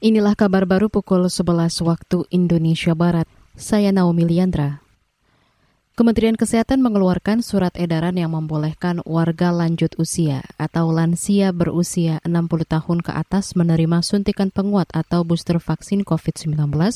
Inilah kabar baru pukul 11 waktu Indonesia Barat. Saya Naomi Liandra. Kementerian Kesehatan mengeluarkan surat edaran yang membolehkan warga lanjut usia atau lansia berusia 60 tahun ke atas menerima suntikan penguat atau booster vaksin COVID-19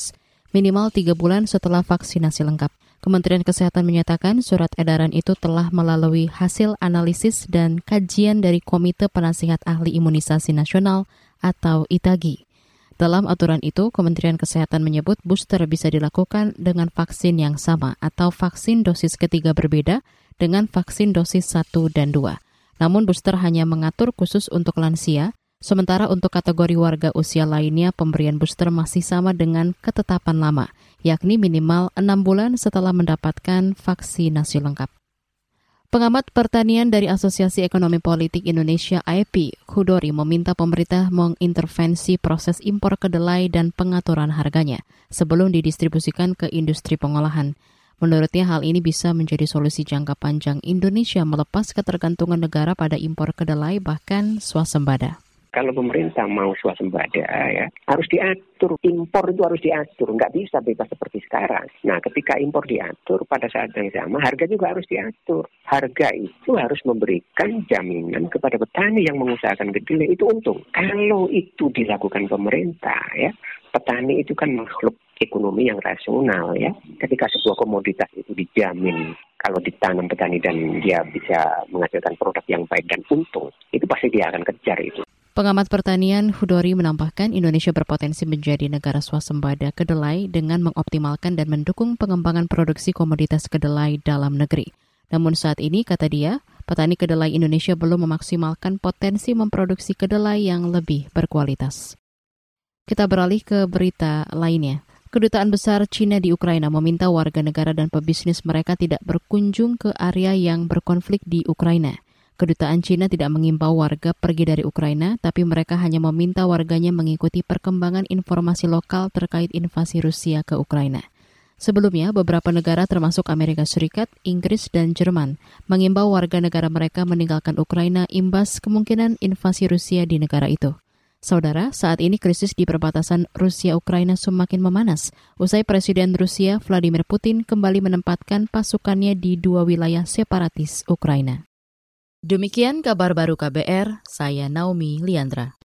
minimal 3 bulan setelah vaksinasi lengkap. Kementerian Kesehatan menyatakan surat edaran itu telah melalui hasil analisis dan kajian dari Komite Penasihat Ahli Imunisasi Nasional atau ITAGI. Dalam aturan itu, Kementerian Kesehatan menyebut booster bisa dilakukan dengan vaksin yang sama atau vaksin dosis ketiga berbeda dengan vaksin dosis 1 dan 2. Namun booster hanya mengatur khusus untuk lansia, sementara untuk kategori warga usia lainnya pemberian booster masih sama dengan ketetapan lama, yakni minimal 6 bulan setelah mendapatkan vaksinasi lengkap. Pengamat pertanian dari Asosiasi Ekonomi Politik Indonesia AEPI, Hudori, meminta pemerintah mengintervensi proses impor kedelai dan pengaturan harganya sebelum didistribusikan ke industri pengolahan. Menurutnya hal ini bisa menjadi solusi jangka panjang Indonesia melepas ketergantungan negara pada impor kedelai bahkan swasembada. Kalau pemerintah mau swasembada ya harus diatur, impor itu harus diatur, nggak bisa bebas seperti sekarang. Nah ketika impor diatur pada saat yang sama harga juga harus diatur. Harga itu harus memberikan jaminan kepada petani yang mengusahakan kedelai itu untung. Kalau itu dilakukan pemerintah ya, petani itu kan makhluk ekonomi yang rasional ya. Ketika sebuah komoditas itu dijamin kalau ditanam petani dan dia bisa menghasilkan produk yang baik dan untung, itu pasti dia akan kejar itu. Pengamat pertanian Hudori menambahkan Indonesia berpotensi menjadi negara swasembada kedelai dengan mengoptimalkan dan mendukung pengembangan produksi komoditas kedelai dalam negeri. Namun saat ini, kata dia, petani kedelai Indonesia belum memaksimalkan potensi memproduksi kedelai yang lebih berkualitas. Kita beralih ke berita lainnya. Kedutaan Besar China di Ukraina meminta warga negara dan pebisnis mereka tidak berkunjung ke area yang berkonflik di Ukraina. Kedutaan China tidak mengimbau warga pergi dari Ukraina, tapi mereka hanya meminta warganya mengikuti perkembangan informasi lokal terkait invasi Rusia ke Ukraina. Sebelumnya, beberapa negara termasuk Amerika Serikat, Inggris, dan Jerman mengimbau warga negara mereka meninggalkan Ukraina imbas kemungkinan invasi Rusia di negara itu. Saudara, saat ini krisis di perbatasan Rusia-Ukraina semakin memanas, usai Presiden Rusia Vladimir Putin kembali menempatkan pasukannya di 2 wilayah separatis Ukraina. Demikian kabar baru KBR, saya Naomi Liandra.